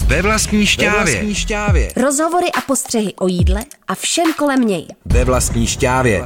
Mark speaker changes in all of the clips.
Speaker 1: Ve vlastní šťávě.
Speaker 2: Rozhovory a postřehy o jídle a všem kolem něj.
Speaker 1: Ve vlastní šťávě.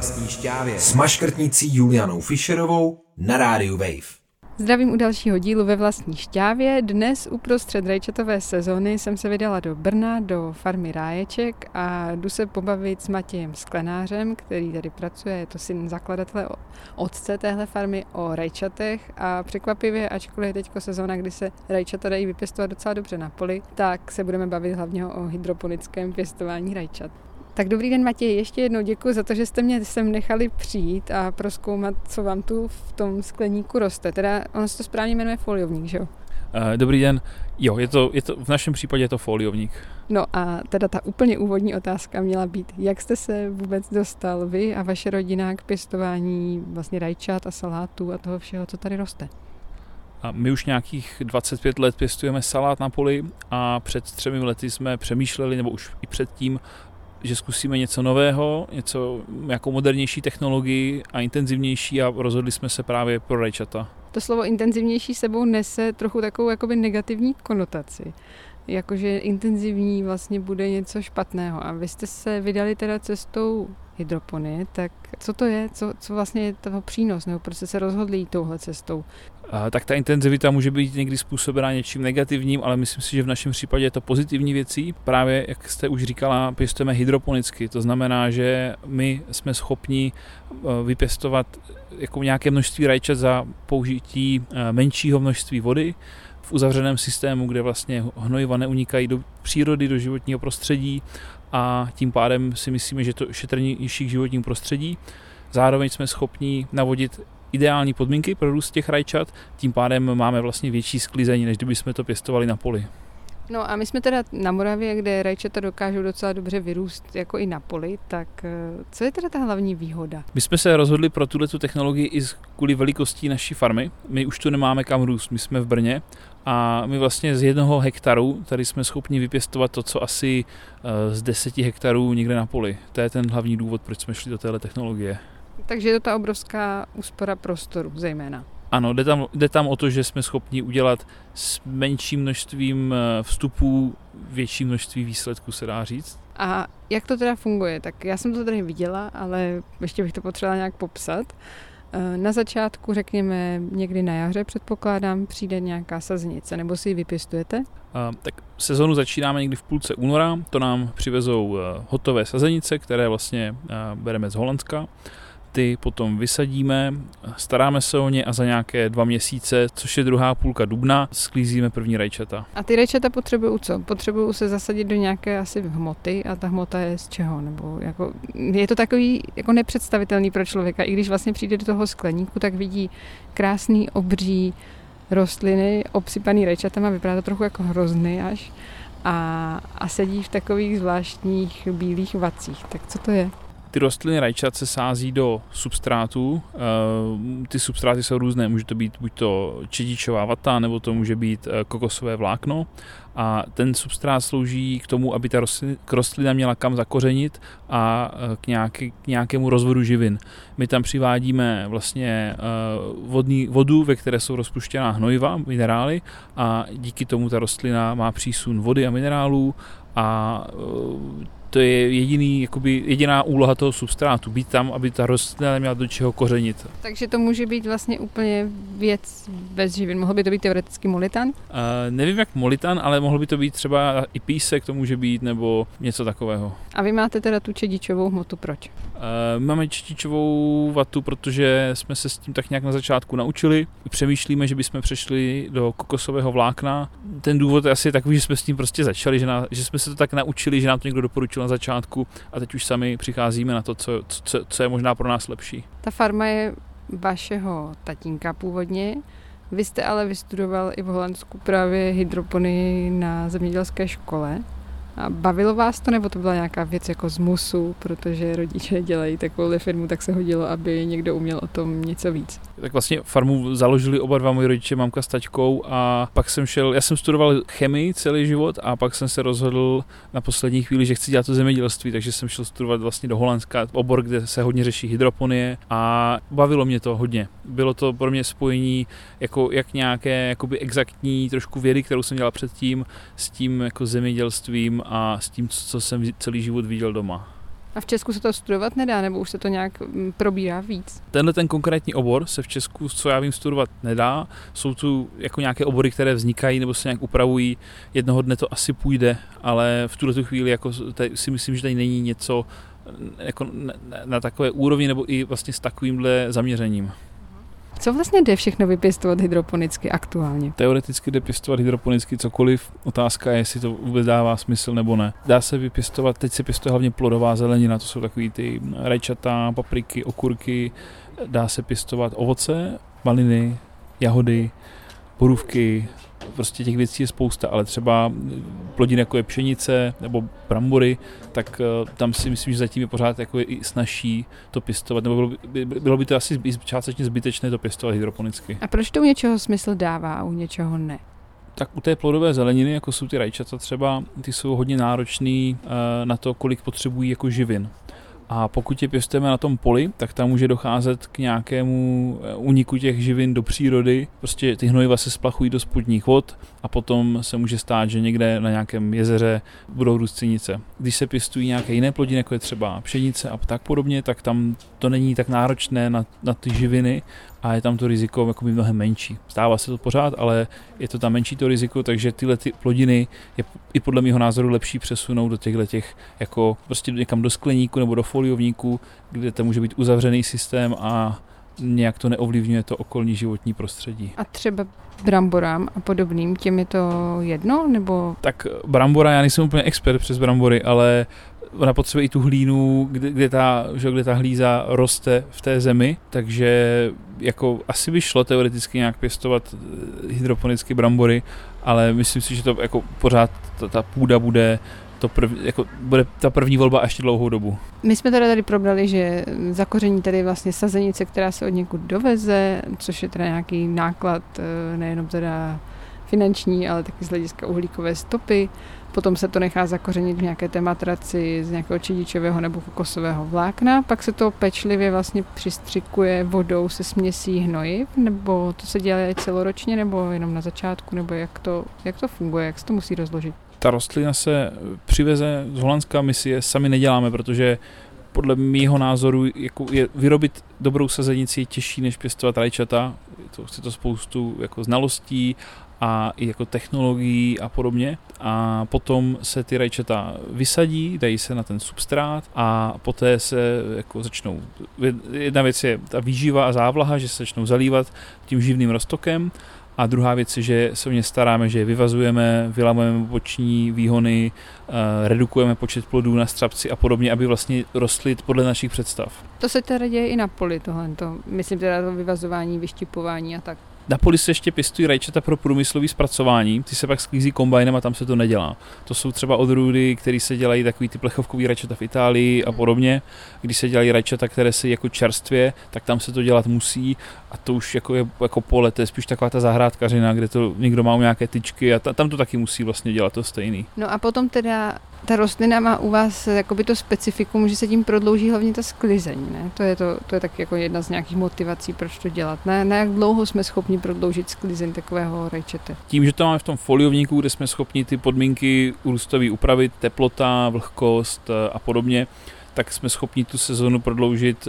Speaker 1: S maškrtnicí Julianou Fischerovou na rádiu Wave.
Speaker 3: Zdravím u dalšího dílu Ve vlastní šťávě. Dnes uprostřed rajčatové sezony jsem se vydala do Brna, do farmy Ráječek a jdu se pobavit s Matějem Sklenářem, který tady pracuje, je to syn zakladatele otce téhle farmy, o rajčatech a překvapivě, ačkoliv je teďko sezóna, kdy se rajčata dají vypěstovat docela dobře na poli, tak se budeme bavit hlavně o hydroponickém pěstování rajčat. Tak dobrý den, Matěj, ještě jednou děkuji za to, že jste mě sem nechali přijít a prozkoumat, co vám tu v tom skleníku roste. Teda ono se to správně jmenuje foliovník, že jo?
Speaker 4: Dobrý den. Jo, je to, v našem případě je to foliovník.
Speaker 3: No a teda ta úplně úvodní otázka měla být, jak jste se vůbec dostal vy a vaše rodina k pěstování vlastně rajčat a salátů a toho všeho, co tady roste?
Speaker 4: A my už nějakých 25 let pěstujeme salát na poli a před 3 lety jsme přemýšleli, nebo už i předtím, že zkusíme něco nového, něco jako modernější technologii a intenzivnější a rozhodli jsme se právě pro rajčata.
Speaker 3: To slovo intenzivnější sebou nese trochu takovou jakoby negativní konotaci. Jakože intenzivní vlastně bude něco špatného. A vy jste se vydali teda cestou hydropony, tak co to je? Co vlastně je toho přínos? Nebo proč jste se rozhodli jít touhle cestou?
Speaker 4: Tak ta intenzivita může být někdy způsobená něčím negativním, ale myslím si, že v našem případě je to pozitivní věcí. Právě, jak jste už říkala, pěstujeme hydroponicky. To znamená, že my jsme schopni vypěstovat jako nějaké množství rajčat za použití menšího množství vody v uzavřeném systému, kde vlastně hnojiva neunikají do přírody, do životního prostředí a tím pádem si myslíme, že to šetrnější k životnímu prostředí. Zároveň jsme schopni navodit ideální podmínky pro růst těch rajčat, tím pádem máme vlastně větší sklizeň, než kdyby jsme to pěstovali na poli.
Speaker 3: No a my jsme teda na Moravě, kde rajčata dokážou docela dobře vyrůst jako i na poli, tak co je teda ta hlavní výhoda?
Speaker 4: My jsme se rozhodli pro tuhletu technologii i kvůli velikostí naší farmy. My už tu nemáme kam růst, my jsme v Brně a my vlastně z 1 hektaru tady jsme schopni vypěstovat to, co asi z 10 hektarů někde na poli. To je ten hlavní důvod, proč jsme šli do téhle technologie.
Speaker 3: Takže je to ta obrovská úspora prostoru zejména.
Speaker 4: Ano, jde tam o to, že jsme schopni udělat s menším množstvím vstupů větší množství výsledků, se dá říct.
Speaker 3: A jak to teda funguje? Tak já jsem to tady viděla, ale ještě bych to potřebovala nějak popsat. Na začátku, řekněme někdy na jaře, předpokládám, přijde nějaká sazenice, nebo si ji vypěstujete?
Speaker 4: Tak sezonu začínáme někdy v půlce února, to nám přivezou hotové sazenice, které vlastně bereme z Holandska. Ty potom vysadíme, staráme se o ně a za nějaké 2 měsíce, což je druhá půlka dubna, sklízíme první rajčata.
Speaker 3: A ty rajčata potřebují co? Potřebují se zasadit do nějaké asi hmoty a ta hmota je z čeho? Nebo jako, je to takový jako nepředstavitelný pro člověka, i když vlastně přijde do toho skleníku, tak vidí krásný obří rostliny obsypaný rajčatama, vypadá to trochu jako hrozny až a sedí v takových zvláštních bílých vacích. Tak co to je?
Speaker 4: Ty rostliny rajčat se sází do substrátů. Ty substráty jsou různé, může to být buď to čedičová vata, nebo to může být kokosové vlákno. A ten substrát slouží k tomu, aby ta rostlina měla kam zakořenit a k nějakému rozvodu živin. My tam přivádíme vlastně vodu, ve které jsou rozpuštěná hnojiva, minerály a díky tomu ta rostlina má přísun vody a minerálů a to je jediná úloha toho substrátu, být tam, aby ta rostlina neměla do čeho kořenit.
Speaker 3: Takže to může být vlastně úplně věc bez živin. Mohl by to být teoreticky molitan?
Speaker 4: Nevím jak molitan, ale mohl by to být třeba i písek, to může být, nebo něco takového.
Speaker 3: A vy máte teda tu čedičovou hmotu, proč?
Speaker 4: Máme čedičovou vatu, protože jsme se s tím tak nějak na začátku naučili. Přemýšlíme, že bychom přešli do kokosového vlákna. Ten důvod je asi takový, že jsme s tím prostě začali, že jsme se to tak naučili, že nám to někdo doporučil na začátku a teď už sami přicházíme na to, co je možná pro nás lepší.
Speaker 3: Ta farma je vašeho tatínka původně. Vy jste ale vystudoval i v Holandsku právě hydropony na zemědělské škole. A bavilo vás to, nebo to byla nějaká věc jako z musu, protože rodiče dělají takovou firmu, tak se hodilo, aby někdo uměl o tom něco víc?
Speaker 4: Tak vlastně farmu založili oba dva moji rodiče, mamka s taťkou, a pak já jsem studoval chemii celý život a pak jsem se rozhodl na poslední chvíli, že chci dělat to zemědělství, takže jsem šel studovat vlastně do Holandska, obor, kde se hodně řeší hydroponie, a bavilo mě to hodně. Bylo to pro mě spojení jako jak nějaké jakoby exaktní trošku vědy, kterou jsem dělal předtím, s tím jako zemědělstvím a s tím, co jsem celý život viděl doma.
Speaker 3: A v Česku se to studovat nedá, nebo už se to nějak probírá víc?
Speaker 4: Ten konkrétní obor se v Česku, co já vím, studovat nedá. Jsou tu jako nějaké obory, které vznikají nebo se nějak upravují. Jednoho dne to asi půjde, ale v tuhle chvíli jako si myslím, že tady není něco jako na takové úrovni nebo i vlastně s takovýmhle zaměřením.
Speaker 3: Co vlastně jde všechno vypěstovat hydroponicky aktuálně?
Speaker 4: Teoreticky jde pěstovat hydroponicky cokoliv. Otázka je, jestli to vůbec dává smysl nebo ne. Dá se vypěstovat, teď se pěstuje hlavně plodová zelenina, to jsou takový ty rajčata, papriky, okurky. Dá se pěstovat ovoce, maliny, jahody, borůvky, prostě těch věcí je spousta, ale třeba plodiny jako je pšenice nebo brambory, tak tam si myslím, že zatím je pořád jako je i snazší to pěstovat, nebo bylo by to asi částečně zbytečné to pěstovat hydroponicky.
Speaker 3: A proč to u něčeho smysl dává a u něčeho ne?
Speaker 4: Tak u té plodové zeleniny, jako jsou ty rajčata třeba, ty jsou hodně náročný na to, kolik potřebují jako živin. A pokud je pěstujeme na tom poli, tak tam může docházet k nějakému úniku těch živin do přírody. Prostě ty hnojiva se splachují do spodních vod a potom se může stát, že někde na nějakém jezeře budou růst cinice. Když se pěstují nějaké jiné plodiny, jako je třeba pšenice a tak podobně, tak tam to není tak náročné na ty živiny a je tam to riziko jakoby mnohem menší. Stává se to pořád, ale je to tam menší to riziko, takže tyhle ty plodiny je i podle mého názoru lepší přesunout do těchto jako prostě někam do skleníku nebo do foliovníku, kde to může být uzavřený systém a nějak to neovlivňuje to okolní životní prostředí.
Speaker 3: A třeba bramborám a podobným, těm je to jedno, nebo?
Speaker 4: Tak brambora, já nejsem úplně expert přes brambory, ale ona potřebuje i tu hlínu, kde ta hlíza roste v té zemi, takže jako asi by šlo teoreticky nějak pěstovat hydroponicky brambory, ale myslím si, že to jako pořád ta půda bude bude ta první volba ještě dlouhou dobu.
Speaker 3: My jsme tady probrali, že zakoření tady vlastně sazenice, která se od někud doveze, což je teda nějaký náklad, nejenom teda finanční, ale taky z hlediska uhlíkové stopy. Potom se to nechá zakořenit v nějaké té matraci z nějakého čedičového nebo kokosového vlákna, pak se to pečlivě vlastně přistřikuje vodou se směsí hnojiv, nebo to se dělá celoročně, nebo jenom na začátku, nebo jak to funguje, jak se to musí rozložit?
Speaker 4: Ta rostlina se přiveze z Holandska, my si je sami neděláme, protože podle mýho názoru jako je vyrobit dobrou sazenici je těžší, než pěstovat rajčata. Chce to spoustu jako znalostí a i jako technologií a podobně. A potom se ty rajčata vysadí, dají se na ten substrát a poté se jako začnou. Jedna věc je ta výživa a závlaha, že se začnou zalívat tím živným roztokem. A druhá věc je, že se o ně staráme, že je vyvazujeme, vylamujeme boční výhony, redukujeme počet plodů na střapci a podobně, aby vlastně rostly podle našich představ.
Speaker 3: To se teda děje i na poli tohleto, myslím teda to vyvazování, vyštipování a tak.
Speaker 4: Na poli se ještě pěstují rajčata pro průmyslové zpracování, ty se pak sklízí kombajnem a tam se to nedělá. To jsou třeba odrůdy, které se dělají takový ty plechovkový rajčata v Itálii a podobně. Když se dělají rajčata, které se jako čerstvě, tak tam se to dělat musí a to už jako je jako pole, to je spíš taková ta zahrádkařina, kde to někdo má nějaké tyčky a tam to taky musí vlastně dělat to stejný.
Speaker 3: No a potom teda ta rostlina má u vás jakoby to specifikum, že se tím prodlouží hlavně ta sklizeň, ne? To je taky jako jedna z nějakých motivací, proč to dělat. Na jak dlouho jsme schopni prodloužit sklizeň takového rajčete?
Speaker 4: Tím, že to máme v tom foliovníku, kde jsme schopni ty podmínky růstové upravit, teplota, vlhkost a podobně, tak jsme schopni tu sezonu prodloužit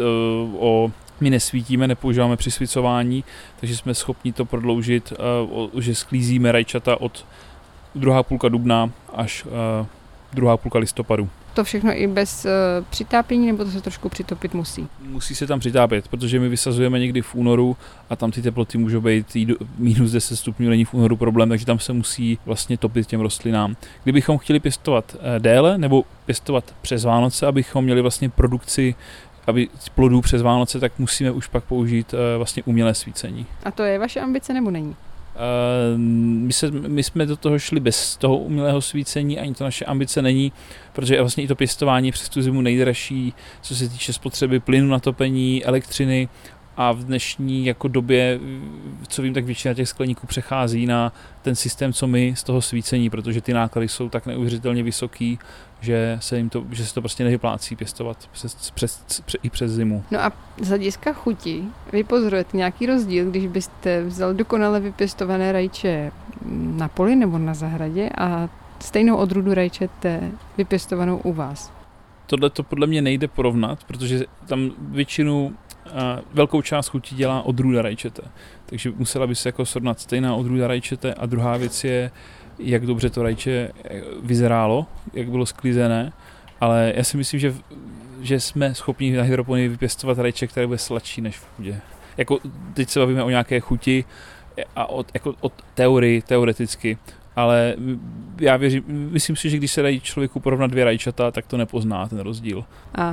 Speaker 4: my nesvítíme, nepoužíváme přisvícování, takže jsme schopni to prodloužit, že sklízíme rajčata od druhá půlka dubna až druhá půlka listopadu.
Speaker 3: To všechno i bez přitápění, nebo to se trošku přitopit musí?
Speaker 4: Musí se tam přitápět, protože my vysazujeme někdy v únoru a tam ty teploty můžou být minus 10 stupňů, není v únoru problém, takže tam se musí vlastně topit těm rostlinám. Kdybychom chtěli pěstovat déle nebo pěstovat přes Vánoce, abychom měli vlastně produkci plodů přes Vánoce, tak musíme už pak použít vlastně umělé svícení.
Speaker 3: A to je vaše ambice nebo není?
Speaker 4: My jsme do toho šli bez toho umělého svícení, ani to naše ambice není, protože vlastně i to pěstování přes tu zimu nejdražší, co se týče spotřeby plynu na topení, elektřiny, a v dnešní jako době, co vím, tak většina těch skleníků přechází na ten systém, co my z toho svícení, protože ty náklady jsou tak neuvěřitelně vysoký, že se to prostě nevyplácí pěstovat i přes zimu.
Speaker 3: No a z hlediska chuti, vy pozorujete nějaký rozdíl, když byste vzal dokonale vypěstované rajče na poli nebo na zahradě a stejnou odrůdu rajčete vypěstovanou u vás?
Speaker 4: Tohle to podle mě nejde porovnat, protože tam velkou část chutí dělá odrůda rajčete. Takže musela by se jako srovnat stejná odrůda rajčete a druhá věc je, jak dobře to rajče vyzerálo, jak bylo sklizené, ale já si myslím, že jsme schopni na hydroponii vypěstovat rajče, které bude sladší než v půdě. Jako teď se bavíme o nějaké chuti a o teoreticky, ale já myslím si, že když se dají člověku porovnat 2 rajčata, tak to nepozná ten rozdíl.
Speaker 3: A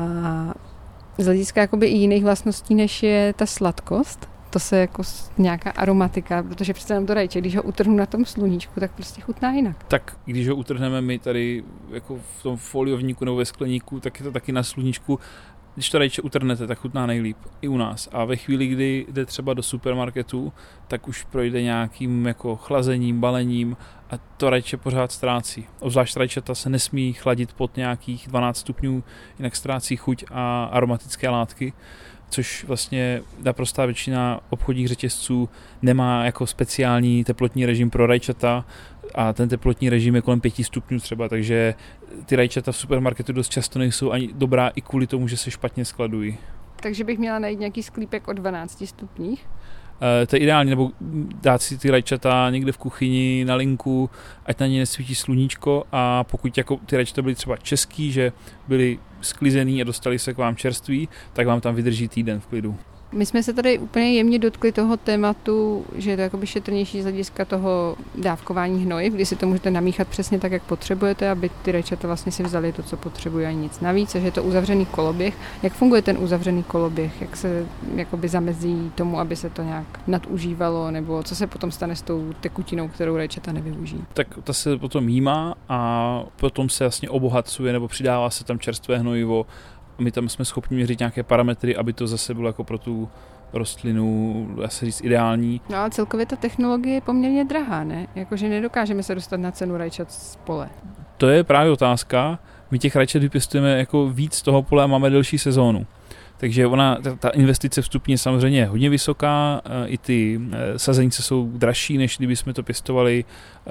Speaker 3: z hlediska jakoby i jiných vlastností, než je ta sladkost, to se jako nějaká aromatika, protože přece nám to rajče, když ho utrhnu na tom sluníčku, tak prostě chutná jinak.
Speaker 4: Tak když ho utrhneme my tady jako v tom foliovníku nebo ve skleníku, tak je to taky na sluníčku. Když to rajče utrhnete, tak chutná nejlíp i u nás. A ve chvíli, kdy jde třeba do supermarketu, tak už projde nějakým jako chlazením, balením a to rajče pořád ztrácí. Obzvlášť rajčata se nesmí chladit pod nějakých 12 stupňů, jinak ztrácí chuť a aromatické látky, což vlastně naprostá většina obchodních řetězců nemá jako speciální teplotní režim pro rajčata a ten teplotní režim je kolem 5 stupňů třeba, takže ty rajčata v supermarketu dost často nejsou ani dobrá i kvůli tomu, že se špatně skladují.
Speaker 3: Takže bych měla najít nějaký sklípek o 12 stupních?
Speaker 4: To je ideální, nebo dát si ty rajčata někde v kuchyni na linku, ať na ně nesvítí sluníčko a pokud jako ty rajčata byly třeba český, že byly sklizený a dostali se k vám čerství, tak vám tam vydrží týden v klidu.
Speaker 3: My jsme se tady úplně jemně dotkli toho tématu, že je to jakoby šetrnější z hlediska toho dávkování hnojiv, kdy si to můžete namíchat přesně tak, jak potřebujete, aby ty rajčata vlastně si vzali to, co potřebují a nic navíc, že je to uzavřený koloběh. Jak funguje ten uzavřený koloběh? Jak se jakoby zamezí tomu, aby se to nějak nadužívalo, nebo co se potom stane s tou tekutinou, kterou rajčata nevyužijí?
Speaker 4: Tak ta se potom jímá a potom se vlastně obohacuje nebo přidává se tam čerstvé hnojivo. My tam jsme schopni měřit nějaké parametry, aby to zase bylo jako pro tu rostlinu, dá se říct, ideální.
Speaker 3: No ale celkově ta technologie je poměrně drahá, ne? Jakože nedokážeme se dostat na cenu rajčat z pole.
Speaker 4: To je právě otázka. My těch rajčat vypěstujeme jako víc z toho pole a máme delší sezónu. Takže ta investice vstupní je samozřejmě hodně vysoká, i ty sazenice jsou dražší, než kdyby jsme to pěstovali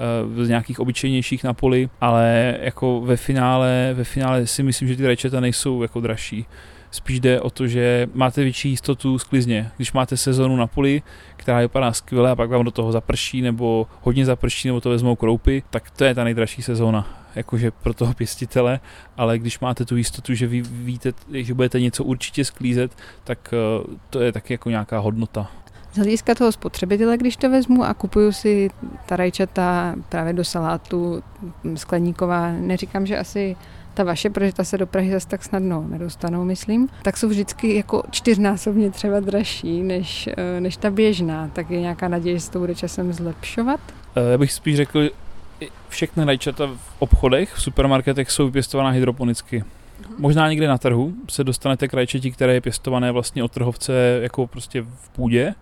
Speaker 4: z nějakých obyčejnějších na poli, ale jako ve finále si myslím, že ty rajčata nejsou jako dražší. Spíš jde o to, že máte větší jistotu sklizně. Když máte sezonu na poli, která vypadá skvěle a pak vám do toho zaprší nebo hodně zaprší nebo to vezmou kroupy, tak to je ta nejdražší sezóna jakože pro toho pěstitele, ale když máte tu jistotu, že vy víte, že budete něco určitě sklízet, tak to je taky jako nějaká hodnota.
Speaker 3: Z hlediska toho spotřebitele, když to vezmu a kupuju si ta rajčata právě do salátu skleníková, neříkám, že asi ta vaše, protože ta se do Prahy zase tak snadno nedostanou, myslím, tak jsou vždycky jako 4násobně třeba dražší než ta běžná. Tak je nějaká naděje, že se to bude časem zlepšovat?
Speaker 4: Já bych spíš řekl, všechny rajčata v obchodech, v supermarketech jsou vypěstovaná hydroponicky. Možná někde na trhu se dostanete k rajčeti, které je pěstované vlastně od trhovce jako prostě v půdě,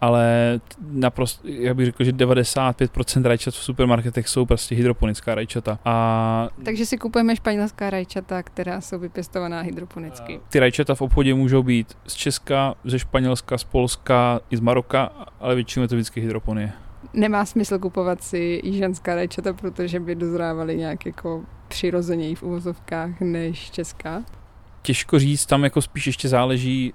Speaker 4: ale naprosto, já bych řekl, že 95% rajčat v supermarketech jsou prostě hydroponická rajčata.
Speaker 3: Takže si kupujeme španělská rajčata, která jsou vypěstovaná hydroponicky.
Speaker 4: Ty rajčata v obchodě můžou být z Česka, ze Španělska, z Polska i z Maroka, ale většinou je to vždycky hydroponie.
Speaker 3: Nemá smysl kupovat si jižanská rajčata, protože by dozrávaly nějak jako přirozeněji v uvozovkách než česká? Těžko říct,
Speaker 4: tam jako spíš ještě záleží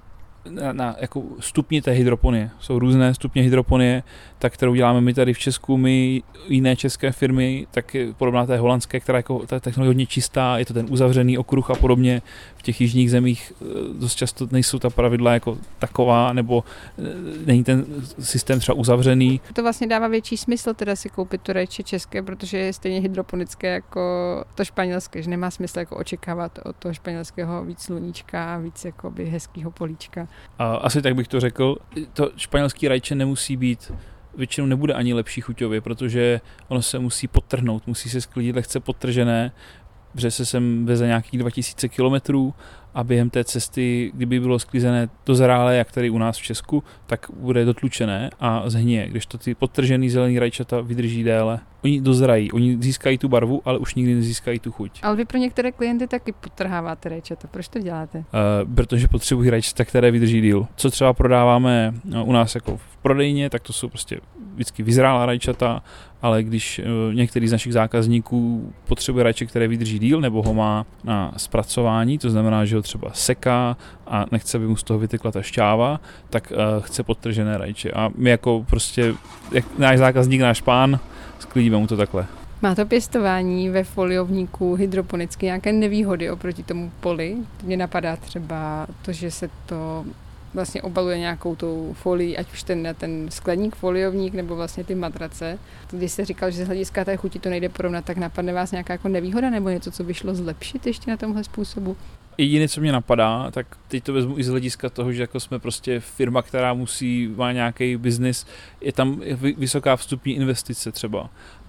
Speaker 4: na jako stupni té hydroponie. Jsou různé stupně hydroponie, tak kterou děláme my tady v Česku, my jiné české firmy, tak je podobná té holandské, která jako ta technologie hodně čistá, je to ten uzavřený okruh a podobně. V těch jižních zemích dost často nejsou ta pravidla jako taková, nebo není ten systém třeba uzavřený.
Speaker 3: To vlastně dává větší smysl teda si koupit to rajče české, protože je stejně hydroponické jako to španělské, že nemá smysl jako očekávat od toho španělského víc sluníčka, víc jakoby hezkýho políčka.
Speaker 4: Asi tak bych to řekl. To španělský rajče nemusí být většinou nebude ani lepší chuťově, protože ono se musí podtrhnout, musí se sklidit lehce podtržené, protože se sem veze nějakých 2000 kilometrů a během té cesty, kdyby bylo sklizené dozrálé, jak tady u nás v Česku, tak bude dotlučené a zhnije, kdežto ty podtržený zelený rajčata vydrží déle. Oni dozrají, oni získají tu barvu, ale už nikdy nezískají tu chuť.
Speaker 3: Ale vy pro některé klienty taky podtrháváte rajčata. Proč to děláte?
Speaker 4: Protože potřebují rajčata, které vydrží díl. Co třeba prodáváme u nás jako v prodejně, tak to jsou prostě vždycky vyzrálá rajčata, ale když některý z našich zákazníků potřebuje rajče, které vydrží díl, nebo ho má na zpracování, to znamená, že ho třeba seká a nechce, aby mu z toho vytekla ta šťáva, tak chce podtržené rajče. A my jako prostě, jak náš zákazník, náš pán, sklidíme mu to takhle.
Speaker 3: Má to pěstování ve foliovníku hydroponicky nějaké nevýhody oproti tomu poli? Mně napadá třeba to, že se to vlastně obaluje nějakou tou folií, ať už ten skleník, foliovník nebo vlastně ty matrace. Když jste říkal, že z hlediska té chuti to nejde porovnat, tak napadne vás nějaká jako nevýhoda nebo něco, co by šlo zlepšit ještě na tomhle způsobu?
Speaker 4: Jediné, co mě napadá, tak teď to vezmu i z hlediska toho, že jako jsme prostě firma, která má nějaký biznis, je tam vysoká vstupní investice třeba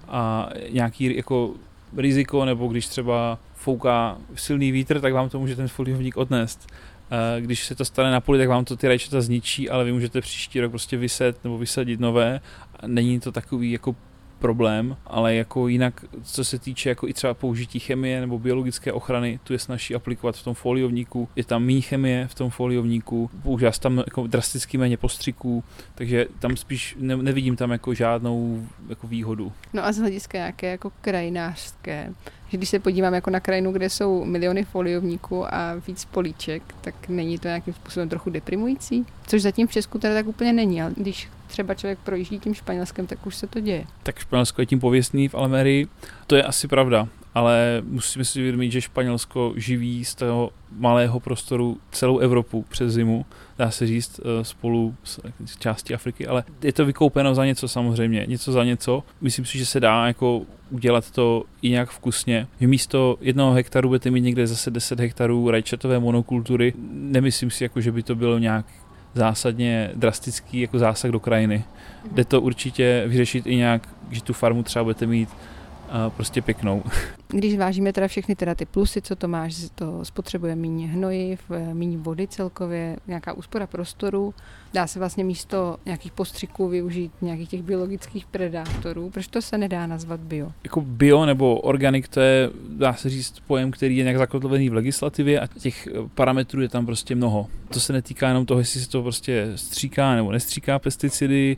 Speaker 4: a nějaký jako riziko, nebo když třeba fouká silný vítr, tak vám to může ten foliovník odnést. Když se to stane na poli, tak vám to ty rajčata zničí, ale vy můžete příští rok prostě vyset nebo vysadit nové. Není to takový jako problém, ale jako jinak, co se týče jako i třeba použití chemie nebo biologické ochrany, tu je snazší aplikovat v tom foliovníku. Je tam méně chemie v tom foliovníku, používá se tam jako drasticky méně postřiků, takže tam spíš nevidím tam jako žádnou jako výhodu.
Speaker 3: No a z hlediska nějaké jako krajinářské, že když se podívám jako na krajinu, kde jsou miliony foliovníků a víc políček, tak není to nějakým způsobem trochu deprimující? Což zatím v Česku teda tak úplně není, ale když třeba člověk projíždí tím Španělskem, tak už se to děje. Tak
Speaker 4: Španělsko je tím pověstný v Almerii, to je asi pravda, ale musíme si uvědomit, že Španělsko živí z toho malého prostoru celou Evropu přes zimu, dá se říct spolu s částí Afriky, ale je to vykoupeno za něco samozřejmě, něco za něco. Myslím si, že se dá jako udělat to i nějak vkusně. Místo 1 hektaru budete mít někde zase 10 hektarů rajčatové monokultury. Nemyslím si, jako, že by to bylo nějak zásadně drastický jako zásah do krajiny. Jde to určitě vyřešit i nějak, že tu farmu třeba budete mít prostě pěknou.
Speaker 3: Když vážíme teda všechny teda ty plusy, co to máš, to spotřebuje méně hnojiv, méně vody celkově, nějaká úspora prostoru, dá se vlastně místo nějakých postřiků využít nějakých těch biologických predátorů, proč to se nedá nazvat bio?
Speaker 4: Jako bio nebo organik, to je, dá se říct, pojem, který je nějak zakotvený v legislativě a těch parametrů je tam prostě mnoho. To se netýká jenom toho, jestli se to prostě stříká nebo nestříká pesticidy,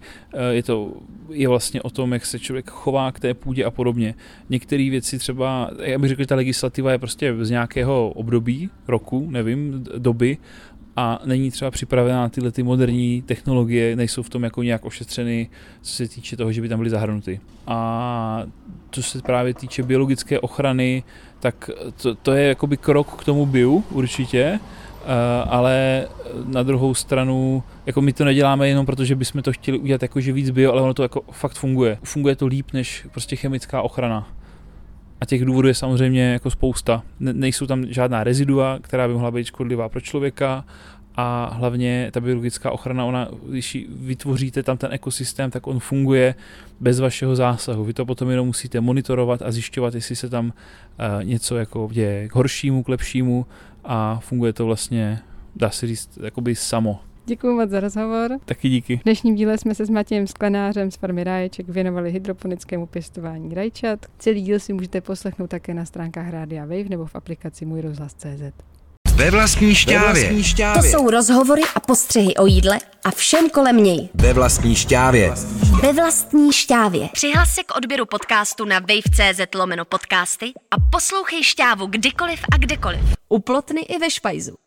Speaker 4: je vlastně o tom, jak se člověk chová k té půdě a podobně. Některé věci třeba, já bych řekl, že ta legislativa je prostě z nějakého období, roku, nevím, doby a není třeba připravená na tyhle ty moderní technologie, nejsou v tom jako nějak ošetřeny, co se týče toho, že by tam byly zahrnuty. A co se právě týče biologické ochrany, tak to je jakoby krok k tomu biu určitě, ale na druhou stranu, jako my to neděláme jenom proto, že bychom to chtěli udělat jakože víc bio, ale ono to jako fakt funguje. Funguje to líp než prostě chemická ochrana. A těch důvodů je samozřejmě jako spousta. Nejsou tam žádná rezidua, která by mohla být škodlivá pro člověka a hlavně ta biologická ochrana, ona, když vytvoříte tam ten ekosystém, tak on funguje bez vašeho zásahu. Vy to potom jenom musíte monitorovat a zjišťovat, jestli se tam něco jako děje k horšímu, k lepšímu a funguje to vlastně, dá se říct, jakoby samo.
Speaker 3: Děkuji moc za rozhovor.
Speaker 4: Taky díky.
Speaker 3: V dnešním díle jsme se s Matějem Sklenářem z farmy Ráječek věnovali hydroponickému pěstování rajčat. Celý díl si můžete poslechnout také na stránkách Rádia Wave nebo v aplikaci Můj rozhlas.cz.
Speaker 1: Ve vlastní šťávě.
Speaker 2: To jsou rozhovory a postřehy o jídle a všem kolem něj.
Speaker 1: Ve vlastní šťávě.
Speaker 2: Ve vlastní šťávě. Přihlas se k odběru podcastu na wave.cz/podcasty a poslouchej Šťávu kdykoliv a kdekoliv. U Plotny i ve Špajzu.